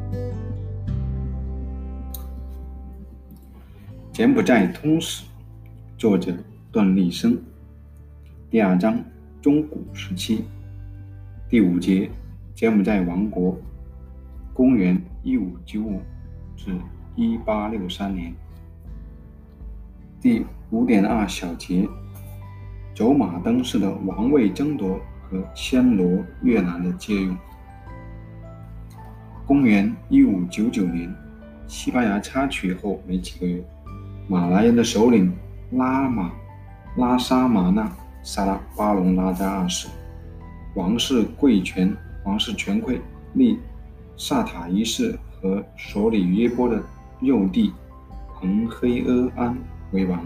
柬埔寨通史，作者段立生。第2章，中古时期。第5节，柬埔寨王国，公元1595至1863年。第5.2小节，走马灯式的王位争夺和暹罗、越南的介入。公元1599年，西班牙插曲后没几个月，马来人的首领拉沙马纳杀了巴隆拉扎2世，王室权贵立萨塔一世和索里约波的幼弟彭黑阿安为王，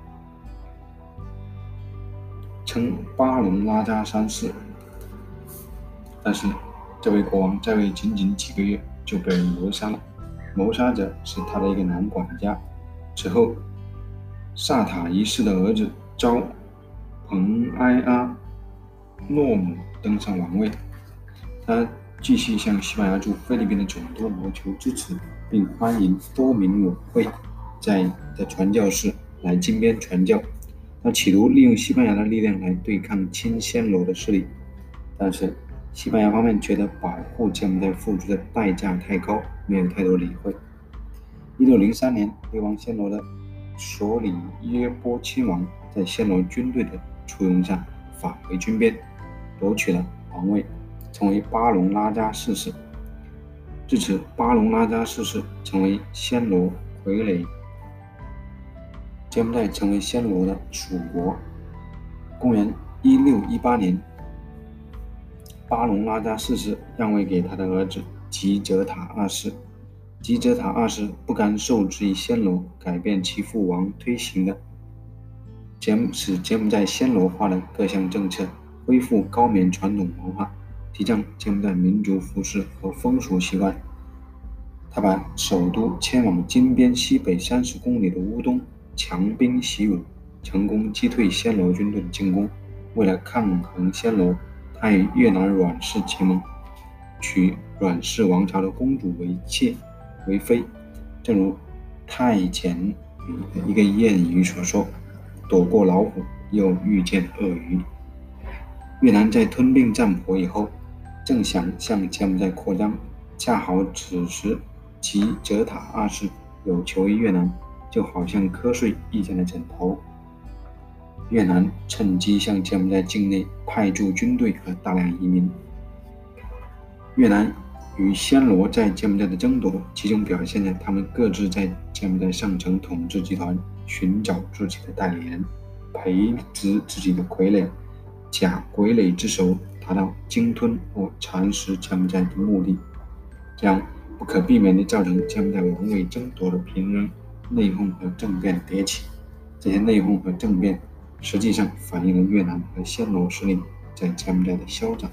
称巴隆拉扎3世。但是这位国王在位仅几个月就被人谋杀了，谋杀者是他的一个男管家。此后，萨塔一世的儿子昭彭埃阿诺姆登上王位，他继续向西班牙驻菲律宾的总督谋求支持，并欢迎多名稳会的传教士来金边传教。他企图利用西班牙的力量来对抗亲暹罗的势力，但是西班牙方面觉得保护柬埔寨付出的代价太高，没有太多理会。1603年，流亡暹罗的索里约波亲王在暹罗军队的簇拥下返回军边，夺取了王位，成为巴隆拉扎4世。至此，巴隆拉扎4世成为暹罗傀儡，柬埔寨成为暹罗的属国。公元1618年，巴隆拉扎4世让位给他的儿子吉泽塔2世。吉泽塔2世不甘受制于暹罗，改变其父王推行的使柬埔寨暹罗化的各项政策，恢复高棉传统文化，提倡柬埔寨民族服饰和风俗习惯。他把首都迁往金边西北30公里的乌东，强兵习武，成功击退暹罗军队的进攻。为了抗衡暹罗，他与越南阮氏结盟，娶阮氏王朝的公主为妃。正如太监一个谚语所说，躲过老虎又遇见鳄鱼。越南在吞并占婆以后，正想向柬埔寨扩张，恰好此时吉泽塔2世有求于越南，就好像瞌睡一样的枕头。越南趁机向柬埔寨境内派驻军队和大量移民。越南与暹罗在柬埔寨的争夺，集中表现在他们各自在柬埔寨上层统治集团寻找自己的代理人，培植自己的傀儡，假傀儡之手，达到鲸吞或蚕食柬埔寨的目的。这样不可避免地造成柬埔寨王位争夺的平衡、内讧和政变迭起。这些内讧和政变实际上反映了越南和暹罗势力在柬埔寨的嚣张。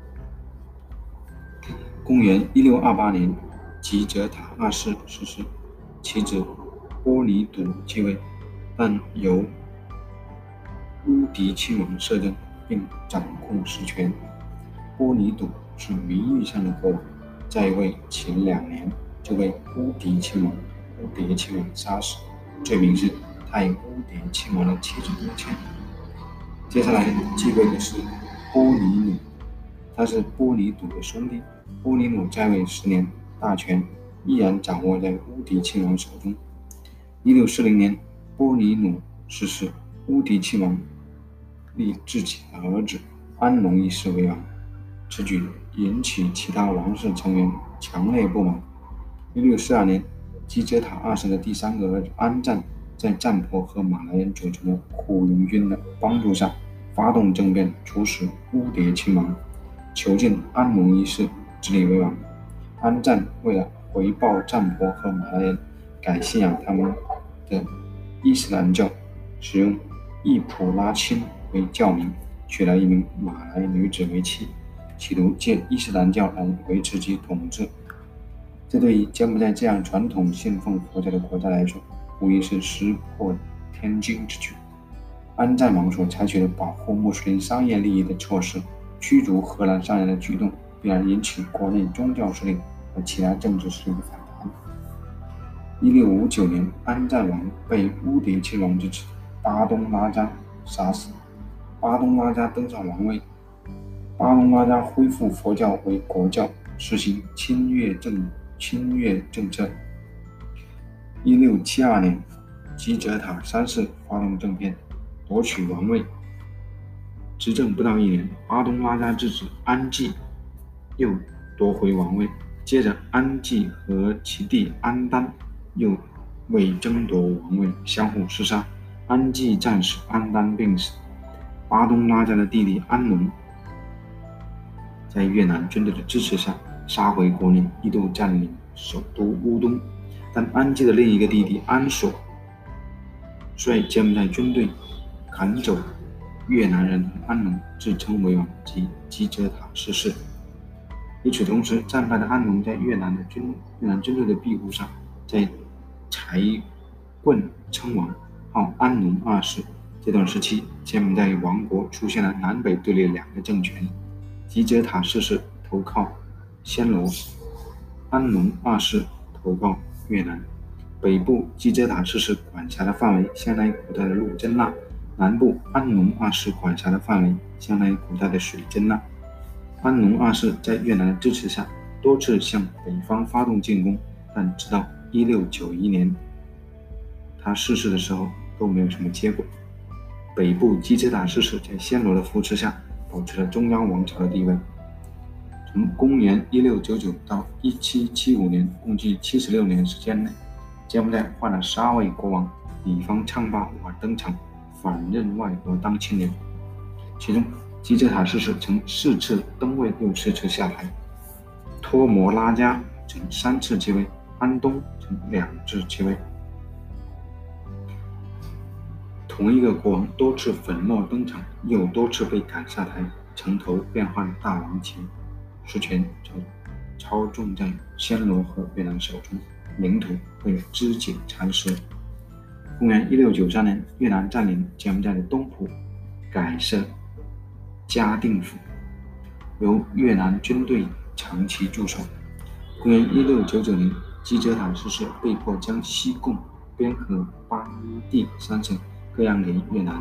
公元1628年，吉泽塔2世逝世，其子波尼笃继位，但由乌迪亲王摄政并掌控实权。波尼笃是名誉上的国王，在位前2年就被乌迭亲王杀死，罪名是他与乌迭亲王的妻子通奸。接下来继位的是波尼努，他是波尼笃的兄弟。波尼努在位10年，大权依然掌握在乌迭亲王手中。1640年，波尼努逝世，乌迭亲王立自己的儿子安龙一世为王。此举引起其他王室成员强烈不满。1642年，吉泽塔2世的第3个儿子安赞在占婆和马来人组成的苦云军的帮助下，发动政变，处死乌迭亲王，囚禁安龙一世，自立为王。安赞为了回报占婆和马来人改信仰他们的伊斯兰教，使用易普拉钦为教名，娶了一名马来女子为妻，企图借伊斯兰教来维持其统治。这对于柬埔寨这样传统信奉佛教的国家来说，无疑是石破天惊之举。安赞王所采取的保护穆斯林商业利益的措施，驱逐荷兰商人的举动，必然引起国内宗教势力和其他政治势力的反弹。1659年，安赞王被乌迭亲王之子巴东拉扎杀死。巴东拉扎登上王位，巴东拉扎恢复佛教为国教，实行亲越政策。1672年，吉则塔三世发动政变，夺取王位。执政不到1年，巴东拉扎之子安济又夺回王位。接着，安济和其弟安丹又为争夺王位相互厮杀。安济战死，安丹病死。巴东拉扎的弟弟安农在越南军队的支持下杀回国内，一度占领首都乌东。但安济的另一个弟弟安索率柬埔寨军队赶走越南人和安农，自称为王，即吉则塔逝世。与此同时，战败的安农在越南军队的庇护下，在财棍称王，号安农二世。这段时期，柬埔寨王国出现了南北对立两个政权。吉则塔逝世投靠暹罗，安农二世投靠越南。北部吉则塔逝世管辖的范围相当于古代的陆真腊，南部安农二世管辖的范围相当于古代的水真腊。安农二世在越南的支持下，多次向北方发动进攻，但直到1691年他逝世的时候都没有什么结果。北部吉则塔逝世在暹罗的扶持下，保持了中央王朝的地位。从公元1699到1775年，共计76年时间内，柬埔寨换了12位国王，里方唱罢无法登场，反任外国当青年。其中吉则塔逝世曾4次登位，又4次下台。托摩拉加曾3次继位，安东曾2次继位。同一个国王多次粉墨登场，又多次被赶下台，城头变换大王旗，实权操纵在暹罗和越南手中，领土被肢解蚕食。公元1693年，越南占领柬埔寨的东浦，改设嘉定府，由越南军队长期驻守。公元1699年，吉则塔逝世，被迫将西贡、边河、巴地3省割让给越南。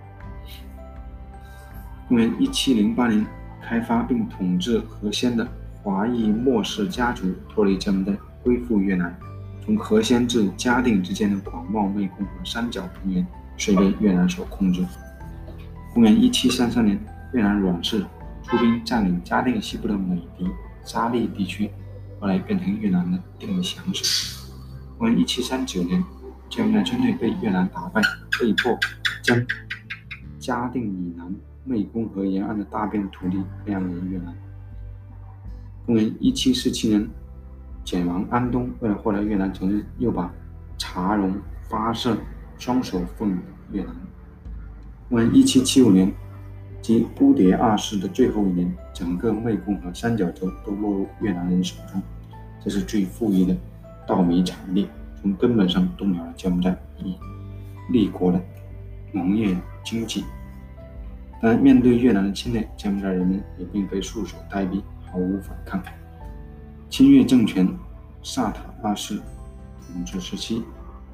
公元1708年，开发并统治河仙的华裔莫氏家族脱离柬埔寨，归附越南。从河仙至嘉定之间的广袤湄公和三角平原遂被越南所控制。公元1733年，越南阮氏出兵占领嘉定西部的美迪沙利地区，后来变成越南的定襄省。公元1739年，柬埔寨军队被越南打败，被迫将嘉定以南湄公河沿岸的大片土地割让给越南。公元1747年，柬王安东为了获得越南承认，又把茶荣发射双手奉与越南。公元1775年，即乌迭二世的最后1年，整个湄公河三角洲都落入越南人手中。这是最富裕的稻米产地，从根本上动摇了柬埔寨以立国的农业经济。但面对越南的侵略，柬埔寨人民也并非束手待毙，毫无反抗。亲越政权萨塔二世统治时期，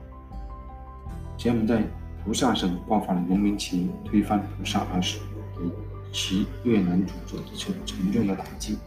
柬埔寨蒲萨省爆发了农民起义，推翻蒲萨二世，给其越南主做一次沉重的打击。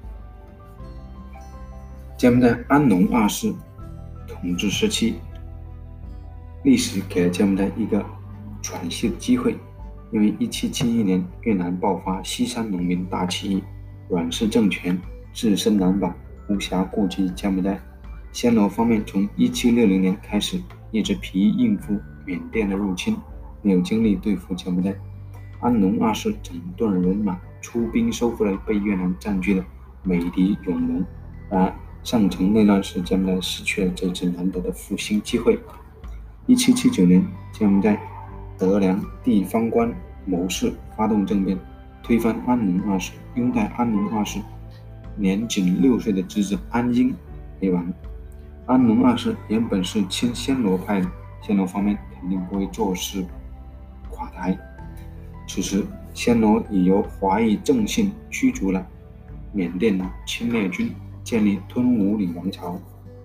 柬埔寨安农二世统治时期，历史给了柬埔寨一个喘息的机会，因为1771年越南爆发西山农民大起义，阮氏政权自身难保，无暇顾及柬埔寨。暹罗方面从1760年开始一直疲于应付缅甸的入侵，没有精力对付柬埔寨。安农二世整顿人马，出兵收复了被越南占据的美迪永隆。然而上层内乱使柬埔寨失去了这次难得的复兴机会。1779年，柬埔寨德良地方官谋士发动政变，推翻安农二世，拥戴安农二世年仅6岁的侄子安英为王。安农二世原本是亲暹罗派的，暹罗方面肯定不会坐视垮台。此时暹罗已由华裔正信驱逐了缅甸的侵略军， 建立吞武里王朝。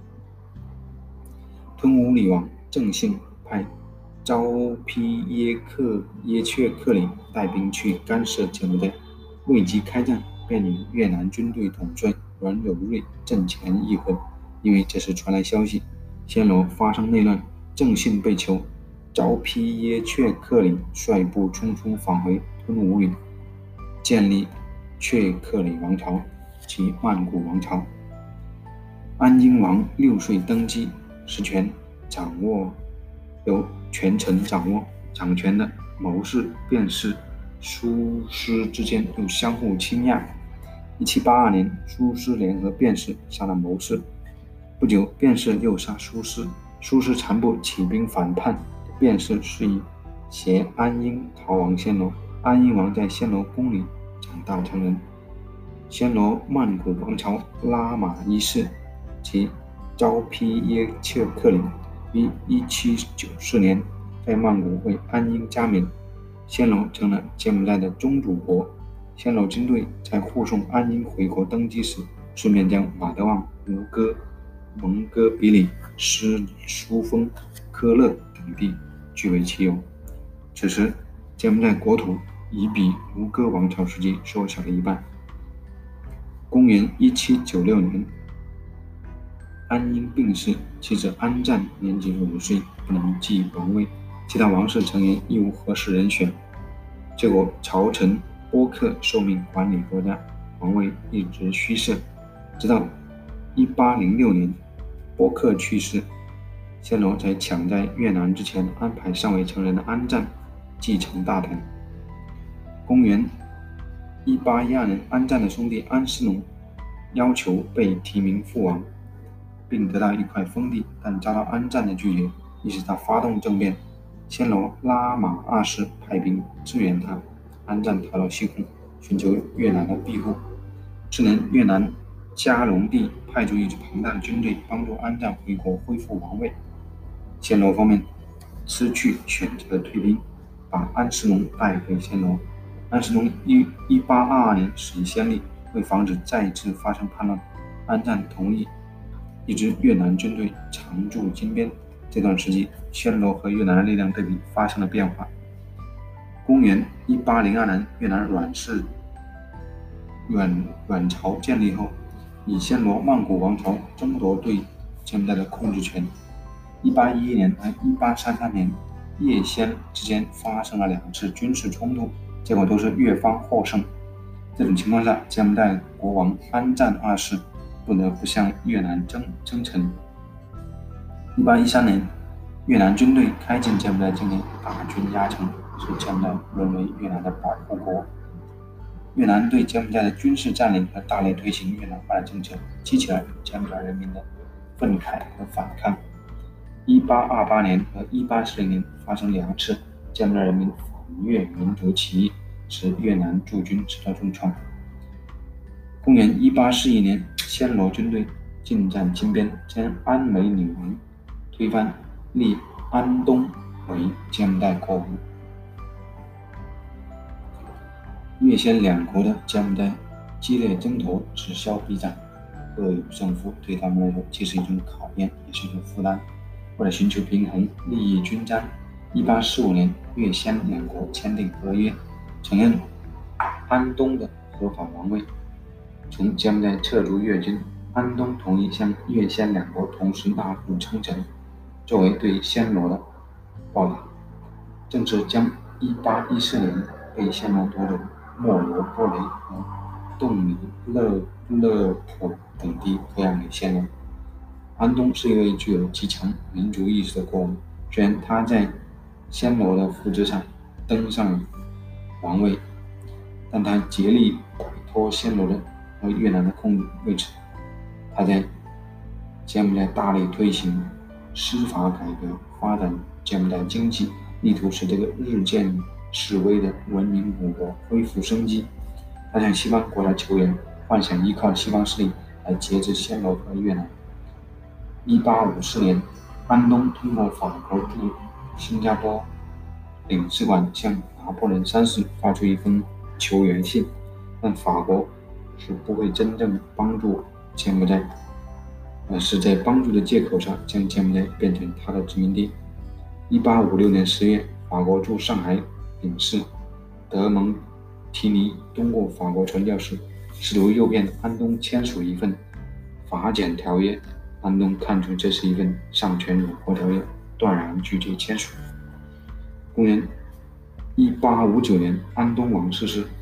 吞武里王郑信派昭披耶却克里带兵去干涉柬埔寨，未及开战，便与越南军队统帅阮有瑞阵前议和。因为这时传来消息，暹罗发生内乱，郑信被囚，昭披耶却克里率部匆匆返回吞武里，建立却克里王朝及曼谷王朝。安英王6岁登基，实权由权臣掌握，掌权的谋士、辩士、书师之间又相互倾轧。1782年，书师联合辩士杀了谋士，不久辩士又杀书师，书师残部起兵反叛，辩士示意携安英逃亡暹罗。安英王在暹罗宫里长大成人。暹罗曼谷王朝拉玛一世及昭披耶却克里于1794年在曼谷为安英加冕，暹罗成了柬埔寨的宗主国。暹罗军队在护送安英回国登基时，顺便将马德旺、吴哥、蒙哥比里、书丰、科勒等地据为其有。此时，柬埔寨国土已比吴哥王朝时期缩小了一半。公元1796年，安英病逝，妻子安赞年仅5岁，不能继王位，其他王室成员亦无合适人选。结果朝臣波克受命管理国家，王位一直虚设，直到1806年波克去世，暹罗才抢在越南之前安排尚未成人的安赞继承大统。公元1812年，安赞的兄弟安思农要求被提名父王，并得到一块封地，但遭到安赞的拒绝，于是他发动政变。暹罗拉玛2世派兵支援他，安赞逃到西贡，寻求越南的庇护。次年，越南嘉隆帝派出一支庞大的军队帮助安赞回国恢复王位。暹罗方面失去选择退兵，把安思农带回暹罗。安思农于1822年死于暹粒，为防止再次发生叛乱，安赞同意一支越南军队常驻金边。这段时期，暹罗和越南的力量对比发生了变化。公元1802年，越南阮朝建立后，以暹罗曼谷王朝争夺对柬埔寨的控制权。1811年和1833年，越暹之间发生了2次军事冲突，结果都是越方获胜。这种情况下，柬埔寨国王安赞2世不得不向越南称臣。1813年，越南军队开进柬埔寨境内，大军压城，使柬埔寨沦为越南的保护国。越南对柬埔寨的军事占领和大力推行越南化的政策，激起了柬埔寨人民的愤慨和反抗。1828年和1840年发生2次柬埔寨人民反越民族起义，使越南驻军受到重创。公元1841年，暹罗军队进占金边，将安美女王推翻，立安东为柬埔寨国王。越暹两国的柬埔寨激烈争夺，此消彼长，各有胜负，对他们来说既是一种考验，也是一种负担。为了寻求平衡，利益均沾，1845年，越暹两国签订合约，承认安东的合法王位，从柬埔寨撤出越军。安东同意向越暹两国同时纳入称臣，作为对暹罗的报答。正是将1814年被暹罗夺走莫罗波雷和洞里勒普等地割让给暹罗。安东是一位具有极强民族意识的国王，虽然他在暹罗的扶持上登上王位，但他竭力摆脱暹罗的和越南的控制。为此，他在柬埔寨大力推行司法改革，发展柬埔寨经济，力图使这个日渐式微的文明古国恢复生机。他向西方国家求援，幻想依靠西方势力来节制暹罗和越南。1854年，安东通过法国驻新加坡领事馆向拿破仑3世发出一封求援信，但法国是不会真正帮助柬埔寨，是在帮助的借口上将柬埔寨变成他的殖民地。1856年10月，法国驻上海领事德蒙提尼通过法国传教士试图诱骗安东签署一份法柬条约，安东看出这是一份丧权辱国条约，断然拒绝签署。公元1859年，安东王逝世，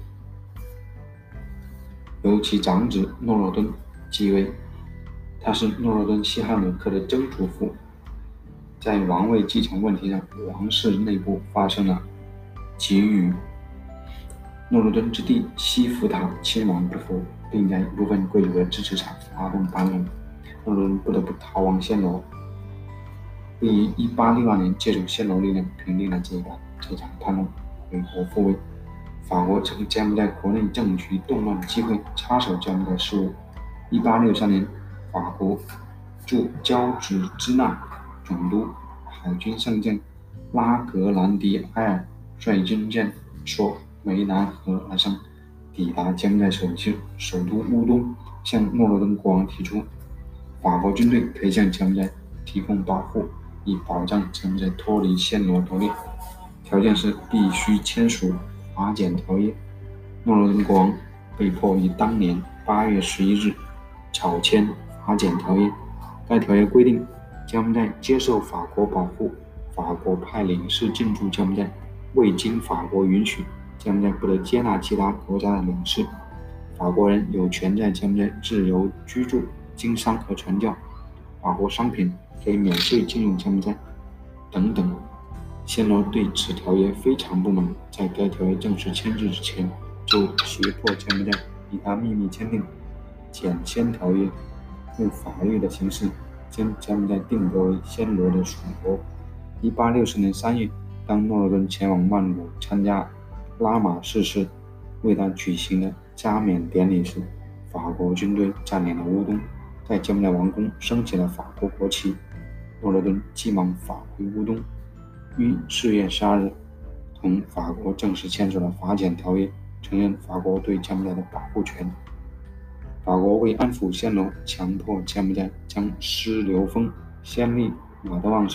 由其长子诺若敦继位。他是诺若敦西哈努克的曾祖父。在王位继承问题上，王室内部发生了给予诺若敦之弟西福塔亲王不服，并在一部分贵族的支持下发动叛乱，诺若敦不得不逃往暹罗，并于1862年借助暹罗力量平定了这场叛乱，回国复位。法国趁柬埔寨国内政局动乱的机会插手柬埔寨事务。1863年，法国驻交趾支那总督海军上将拉格兰迪埃尔率军舰说湄南河而上，抵达柬埔寨首都乌东，向诺若敦国王提出，法国军队可以向柬埔寨提供保护，以保障柬埔寨脱离暹罗独立，条件是必须签署法柬条约。诺若敦国王被迫于当年8月11日草签法柬条约。该条约规定，柬埔寨接受法国保护，法国派领事进驻柬埔寨，未经法国允许，柬埔寨不得接纳其他国家的领事。法国人有权在柬埔寨自由居住、经商和传教。法国商品可以免税进入柬埔寨，等等。暹罗对此条约非常不满，在该条约正式签字之前，就胁迫柬埔寨与他秘密签订柬暹条约，用法律的形式将柬埔寨定格为暹罗的属国。1860年3月，当诺若敦前往曼谷参加拉玛四世为他举行的加冕典礼时，法国军队占领了乌东，在柬埔寨王宫升起了法国国旗。诺若敦急忙返回乌东，于4月12日同法国正式签署了法柬条约，承认法国对柬埔寨的保护权。法国为安抚暹罗，强迫柬埔寨将施留封、暹粒、马德旺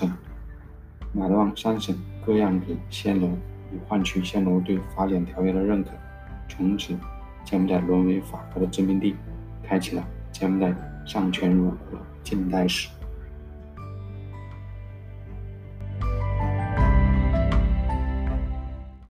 3省割让给暹罗，以换取暹罗对法柬条约的认可。从此，柬埔寨沦为法国的殖民地，开启了柬埔寨丧权辱国的近代史。